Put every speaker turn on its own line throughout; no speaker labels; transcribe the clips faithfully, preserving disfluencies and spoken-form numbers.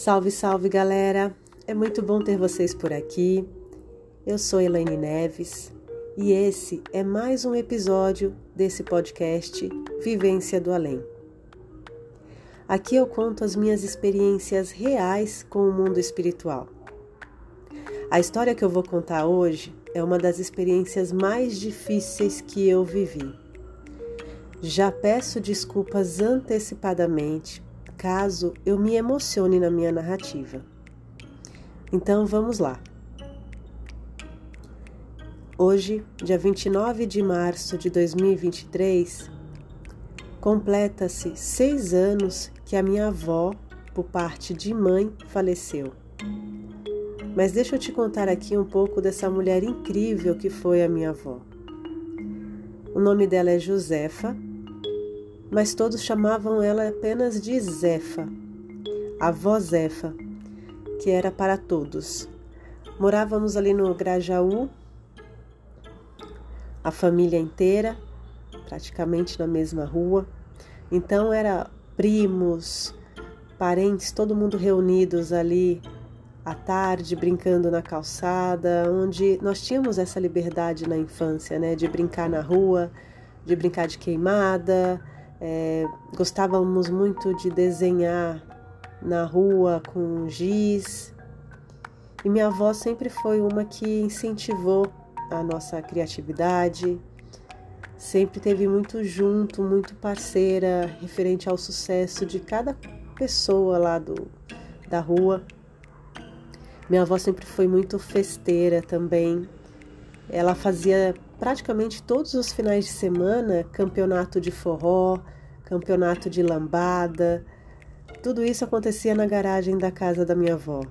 Salve, salve, galera! É muito bom ter vocês por aqui. Eu sou Elaine Neves e esse é mais um episódio desse podcast Vivência do Além. Aqui eu conto as minhas experiências reais com o mundo espiritual. A história que eu vou contar hoje é uma das experiências mais difíceis que eu vivi. Já peço desculpas antecipadamente caso eu me emocione na minha narrativa. Então vamos lá. Hoje, dia vinte e nove de março de dois mil e vinte e três, completa-se seis anos que a minha avó, por parte de mãe, faleceu. Mas deixa eu te contar aqui um pouco dessa mulher incrível que foi a minha avó. O nome dela é Josefa, mas todos chamavam ela apenas de Zefa, a avó Zefa, que era para todos. Morávamos ali no Grajaú, a família inteira, praticamente na mesma rua. Então era primos, parentes, todo mundo reunidos ali à tarde, brincando na calçada, onde nós tínhamos essa liberdade na infância, né, de brincar na rua, de brincar de queimada. É, gostávamos muito de desenhar na rua com giz, e minha avó sempre foi uma que incentivou a nossa criatividade, sempre teve muito junto, muito parceira referente ao sucesso de cada pessoa lá do, da rua. Minha avó sempre foi muito festeira também. Ela fazia praticamente todos os finais de semana campeonato de forró, campeonato de lambada. Tudo isso acontecia na garagem da casa da minha avó.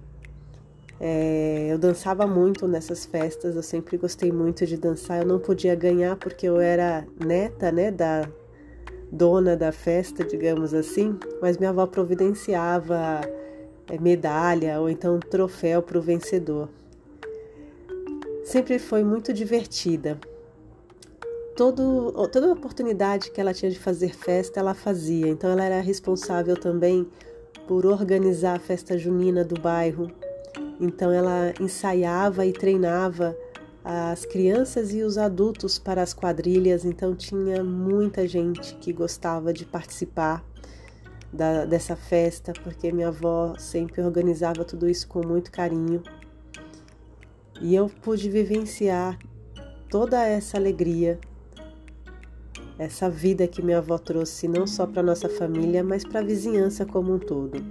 É, eu dançava muito nessas festas, eu sempre gostei muito de dançar. Eu não podia ganhar porque eu era neta, né, da dona da festa, digamos assim, mas minha avó providenciava é, medalha ou então troféu para o vencedor. Sempre foi muito divertida. Todo, toda oportunidade que ela tinha de fazer festa, ela fazia. Então ela era responsável também por organizar a festa junina do bairro. Então ela ensaiava e treinava as crianças e os adultos para as quadrilhas. Então tinha muita gente que gostava de participar da, dessa festa, porque minha avó sempre organizava tudo isso com muito carinho. E eu pude vivenciar toda essa alegria, essa vida que minha avó trouxe não só para nossa família, mas para a vizinhança como um todo.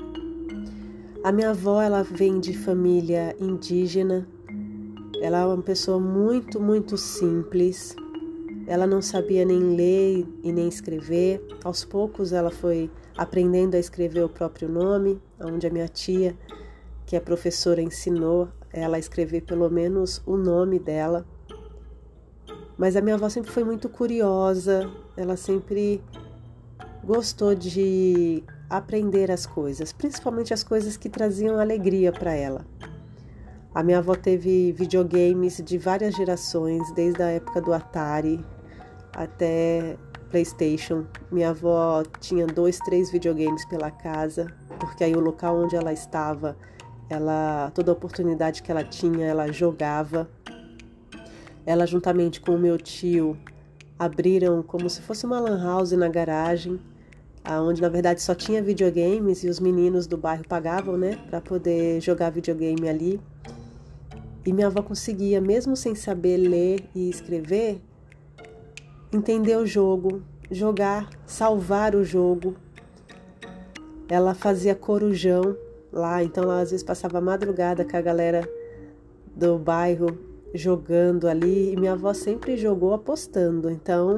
A minha avó, ela vem de família indígena. Ela é uma pessoa muito, muito simples. Ela não sabia nem ler e nem escrever. Aos poucos ela foi aprendendo a escrever o próprio nome, onde a minha tia, que é professora, ensinou ela a escrever pelo menos o nome dela. Mas a minha avó sempre foi muito curiosa, ela sempre gostou de aprender as coisas, principalmente as coisas que traziam alegria para ela. A minha avó teve videogames de várias gerações, desde a época do Atari até PlayStation. Minha avó tinha dois, três videogames pela casa, porque aí o local onde ela estava, ela, toda a oportunidade que ela tinha, ela jogava. Ela, juntamente com o meu tio, abriram como se fosse uma lan house na garagem, onde na verdade só tinha videogames e os meninos do bairro pagavam, né, para poder jogar videogame ali. E minha avó conseguia, mesmo sem saber ler e escrever, entender o jogo, jogar, salvar o jogo. Ela fazia corujão lá, então ela às vezes passava a madrugada com a galera do bairro jogando ali, e minha avó sempre jogou apostando. Então,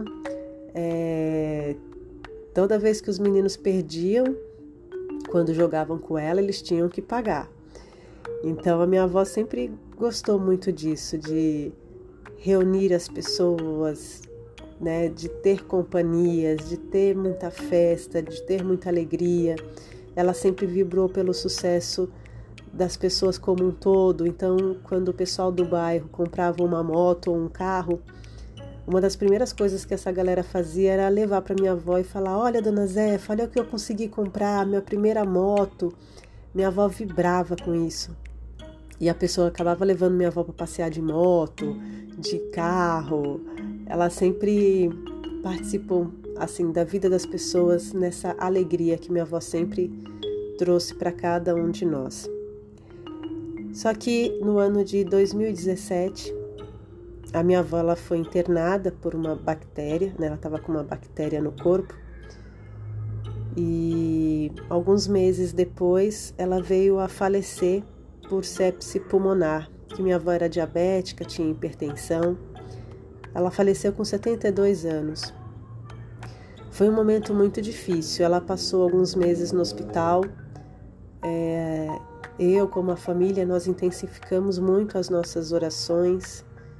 é, toda vez que os meninos perdiam, quando jogavam com ela, eles tinham que pagar. Então, a minha avó sempre gostou muito disso, de reunir as pessoas, né, de ter companhias, de ter muita festa, de ter muita alegria. Ela sempre vibrou pelo sucesso das pessoas como um todo. Então, quando o pessoal do bairro comprava uma moto ou um carro, uma das primeiras coisas que essa galera fazia era levar para minha avó e falar: olha, dona Zefa, olha o que eu consegui comprar, minha primeira moto, minha avó vibrava com isso. E a pessoa acabava levando minha avó para passear de moto, de carro. Ela sempre participou assim da vida das pessoas nessa alegria que minha avó sempre trouxe para cada um de nós. Só que no ano de dois mil e dezessete, a minha avó ela foi internada por uma bactéria, né? Ela estava com uma bactéria no corpo. E alguns meses depois ela veio a falecer por sepse pulmonar, que minha avó era diabética, tinha hipertensão. Ela faleceu com setenta e dois anos. Foi um momento muito difícil. Ela passou alguns meses no hospital. É, eu, como a família, nós intensificamos muito as nossas orações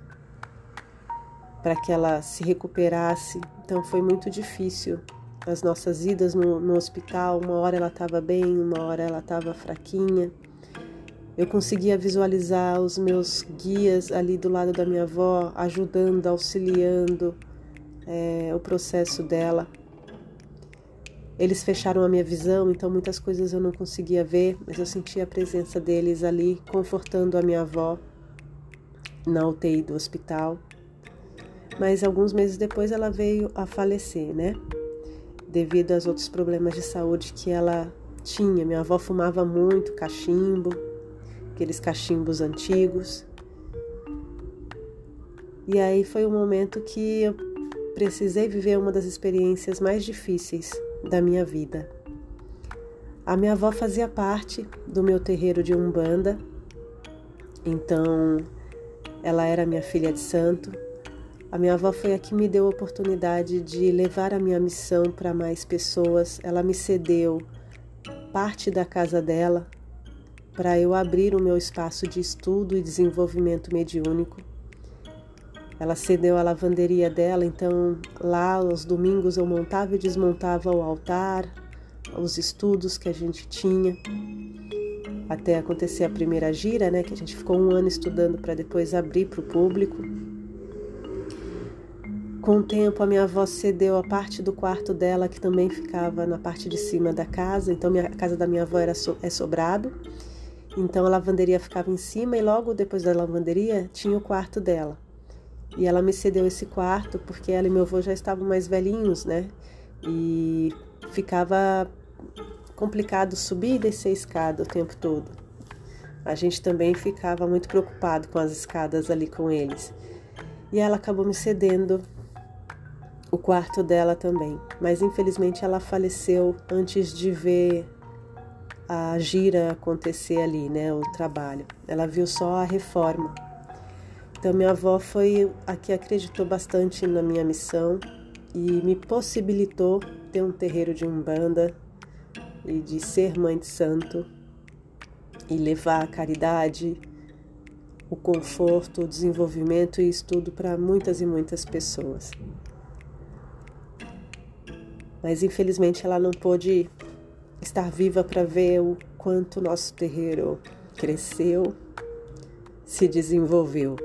para que ela se recuperasse. Então foi muito difícil as nossas idas no, no hospital. Uma hora ela estava bem, uma hora ela estava fraquinha. Eu conseguia visualizar os meus guias ali do lado da minha avó, ajudando, auxiliando é, o processo dela. Eles fecharam a minha visão, então muitas coisas eu não conseguia ver, mas eu sentia a presença deles ali, confortando a minha avó na U T I do hospital. Mas alguns meses depois ela veio a falecer, né? Devido aos outros problemas de saúde que ela tinha. Minha avó fumava muito cachimbo, aqueles cachimbos antigos. E aí foi um momento que eu precisei viver uma das experiências mais difíceis da minha vida. A minha avó fazia parte do meu terreiro de Umbanda, então ela era minha filha de santo. A minha avó foi a que me deu a oportunidade de levar a minha missão para mais pessoas. Ela me cedeu parte da casa dela para eu abrir o meu espaço de estudo e desenvolvimento mediúnico. Ela cedeu a lavanderia dela, então lá aos domingos eu montava e desmontava o altar, os estudos que a gente tinha, até acontecer a primeira gira, né, que a gente ficou um ano estudando para depois abrir para o público. Com o tempo a minha avó cedeu a parte do quarto dela, que também ficava na parte de cima da casa, então minha, a casa da minha avó era so, é sobrado. Então a lavanderia ficava em cima e logo depois da lavanderia tinha o quarto dela. E ela me cedeu esse quarto porque ela e meu avô já estavam mais velhinhos, né? E ficava complicado subir e descer a escada o tempo todo. A gente também ficava muito preocupado com as escadas ali com eles. E ela acabou me cedendo o quarto dela também. Mas infelizmente ela faleceu antes de ver a gira acontecer ali, né, o trabalho. Ela viu só a reforma. Então minha avó foi a que acreditou bastante na minha missão e me possibilitou ter um terreiro de Umbanda e de ser mãe de santo e levar a caridade, o conforto, o desenvolvimento e estudo para muitas e muitas pessoas. Mas infelizmente ela não pôde estar viva para ver o quanto nosso terreiro cresceu, se desenvolveu.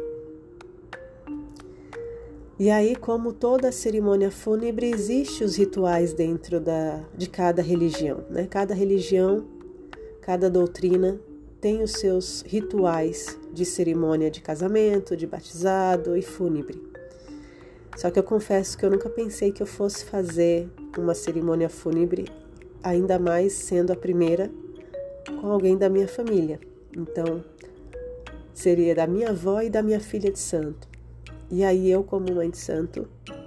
E aí, como toda cerimônia fúnebre, existem os rituais dentro da, de cada religião, né? Cada religião, cada doutrina tem os seus rituais de cerimônia de casamento, de batizado e fúnebre. Só que eu confesso que eu nunca pensei que eu fosse fazer uma cerimônia fúnebre, ainda mais sendo a primeira com alguém da minha família. Então, seria da minha avó e da minha filha de santo. E aí eu, como mãe de santo,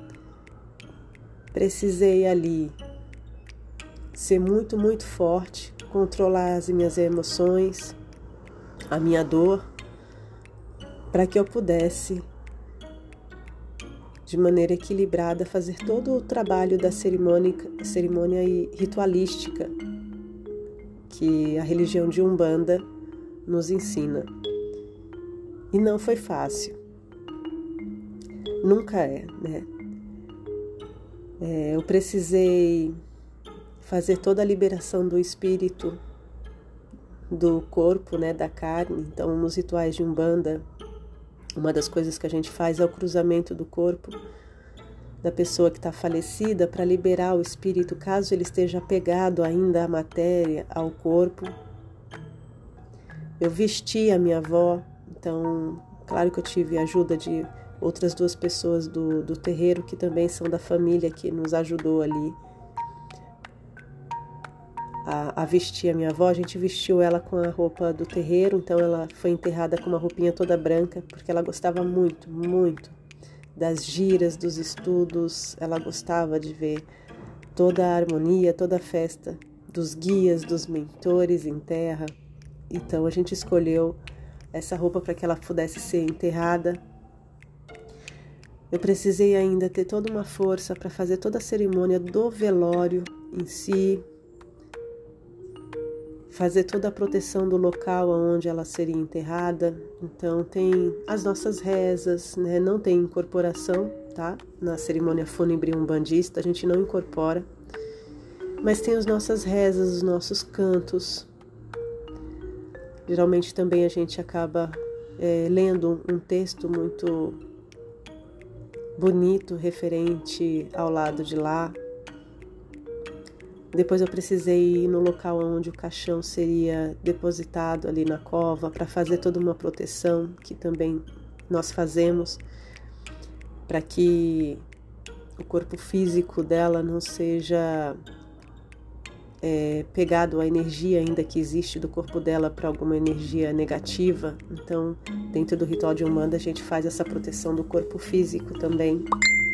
precisei ali ser muito, muito forte, controlar as minhas emoções, a minha dor, para que eu pudesse, de maneira equilibrada, fazer todo o trabalho da cerimônia, cerimônia ritualística que a religião de Umbanda nos ensina. E não foi fácil. Nunca é, né? É, eu precisei fazer toda a liberação do espírito, do corpo, né, da carne. Então, nos rituais de Umbanda, uma das coisas que a gente faz é o cruzamento do corpo da pessoa que está falecida para liberar o espírito, caso ele esteja apegado ainda à matéria, ao corpo. eu vesti a minha avó, então, claro que eu tive a ajuda de outras duas pessoas do, do terreiro, que também são da família, que nos ajudou ali a, a vestir a minha avó. A gente vestiu ela com a roupa do terreiro, então ela foi enterrada com uma roupinha toda branca, porque ela gostava muito, muito das giras, dos estudos, ela gostava de ver toda a harmonia, toda a festa dos guias, dos mentores em terra. Então a gente escolheu essa roupa para que ela pudesse ser enterrada. Eu precisei ainda ter toda uma força para fazer toda a cerimônia do velório em si, fazer toda a proteção do local onde ela seria enterrada. Então tem as nossas rezas, né? Não tem incorporação, tá? Na cerimônia fúnebre umbandista a gente não incorpora, mas tem as nossas rezas, os nossos cantos. Geralmente também a gente acaba é, lendo um texto muito bonito referente ao lado de lá. Depois eu precisei ir no local onde o caixão seria depositado ali na cova para fazer toda uma proteção, que também nós fazemos, para que o corpo físico dela não seja é, pegado a energia ainda que existe do corpo dela para alguma energia negativa. Então, dentro do ritual de Umbanda, a gente faz essa proteção do corpo físico também.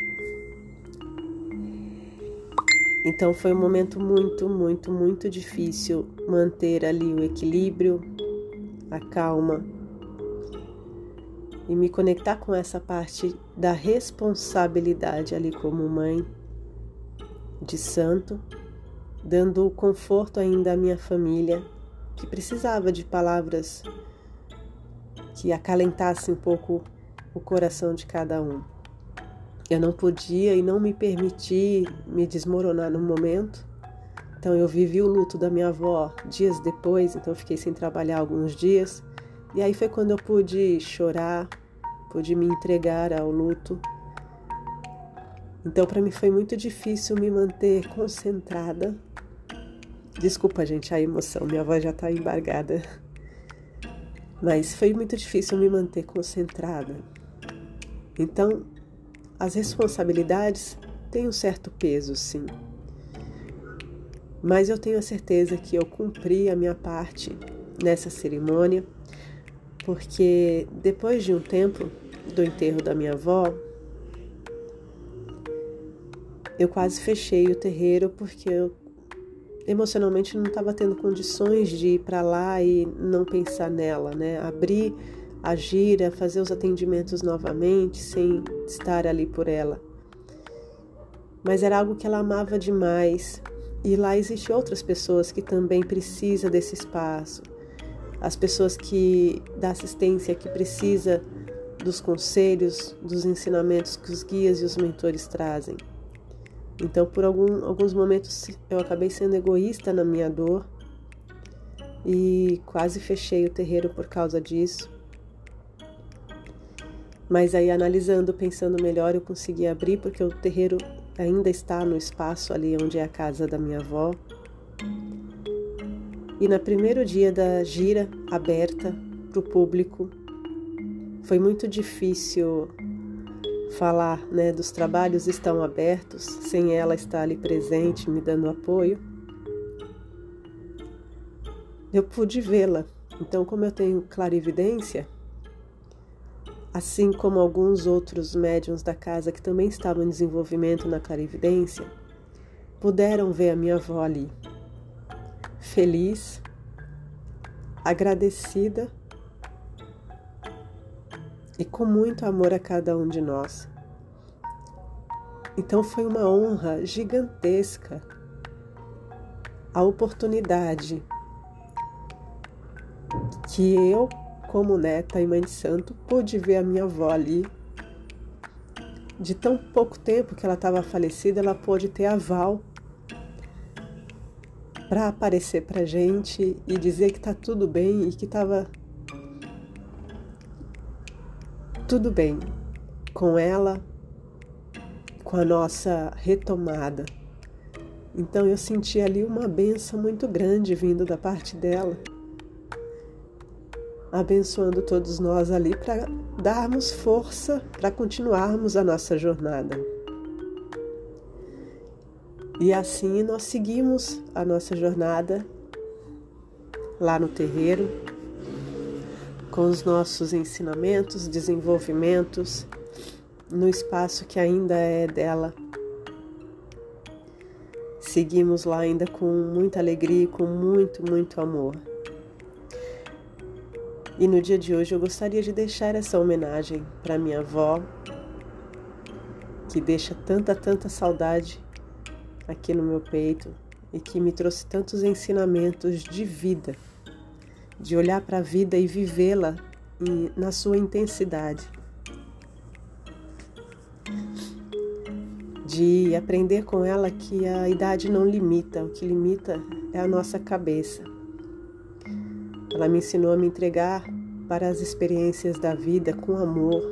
Então foi um momento muito, muito, muito difícil manter ali o equilíbrio, a calma e me conectar com essa parte da responsabilidade ali como mãe de santo, dando conforto ainda à minha família, que precisava de palavras que acalentassem um pouco o coração de cada um. Eu não podia e não me permiti me desmoronar no momento. Então eu vivi o luto da minha avó dias depois, então eu fiquei sem trabalhar alguns dias. E aí foi quando eu pude chorar, pude me entregar ao luto. Então para mim foi muito difícil me manter concentrada. Desculpa, gente, a emoção, minha voz já está embargada. Mas foi muito difícil me manter concentrada. Então, as responsabilidades têm um certo peso, sim. Mas eu tenho a certeza que eu cumpri a minha parte nessa cerimônia, porque depois de um tempo do enterro da minha avó, eu quase fechei o terreiro, porque eu emocionalmente não estava tendo condições de ir para lá e não pensar nela, né? Abrir a gira, fazer os atendimentos novamente, sem estar ali por ela. Mas era algo que ela amava demais, e lá existem outras pessoas que também precisam desse espaço, as pessoas que da assistência que precisa dos conselhos, dos ensinamentos que os guias e os mentores trazem. Então, por algum, alguns momentos eu acabei sendo egoísta na minha dor e quase fechei o terreiro por causa disso. Mas aí, analisando, pensando melhor, eu consegui abrir, porque o terreiro ainda está no espaço ali onde é a casa da minha avó. E no primeiro dia da gira aberta para o público, foi muito difícil falar, né, dos trabalhos estão abertos, sem ela estar ali presente, me dando apoio. Eu pude vê-la. Então, como eu tenho clarividência, assim como alguns outros médiuns da casa que também estavam em desenvolvimento na clarividência, puderam ver a minha avó ali, feliz, agradecida e com muito amor a cada um de nós. Então foi uma honra gigantesca a oportunidade que eu, como neta e mãe de santo, pude ver a minha avó ali. De tão pouco tempo que ela estava falecida, ela pôde ter aval para aparecer para a gente e dizer que está tudo bem e que estava tudo bem com ela, com a nossa retomada. Então eu senti ali uma bênção muito grande vindo da parte dela. abençoando todos nós ali para darmos força para continuarmos a nossa jornada. E assim nós seguimos a nossa jornada lá no terreiro, com os nossos ensinamentos, desenvolvimentos, no espaço que ainda é dela. Seguimos lá ainda com muita alegria e com muito, muito amor. E no dia de hoje eu gostaria de deixar essa homenagem para minha avó, que deixa tanta, tanta saudade aqui no meu peito e que me trouxe tantos ensinamentos de vida, de olhar para a vida e vivê-la na sua intensidade, de aprender com ela que a idade não limita, o que limita é a nossa cabeça. Ela me ensinou a me entregar para as experiências da vida com amor,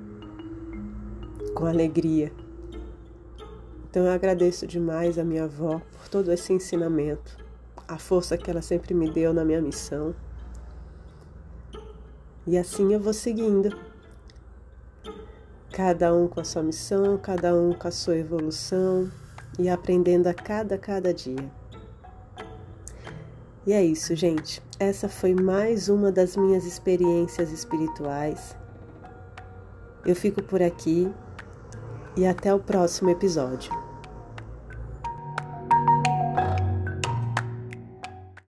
com alegria. Então eu agradeço demais a minha avó por todo esse ensinamento, a força que ela sempre me deu na minha missão. E assim eu vou seguindo, cada um com a sua missão, cada um com a sua evolução e aprendendo a cada, cada dia. E é isso, gente. Essa foi mais uma das minhas experiências espirituais. Eu fico por aqui e até o próximo episódio.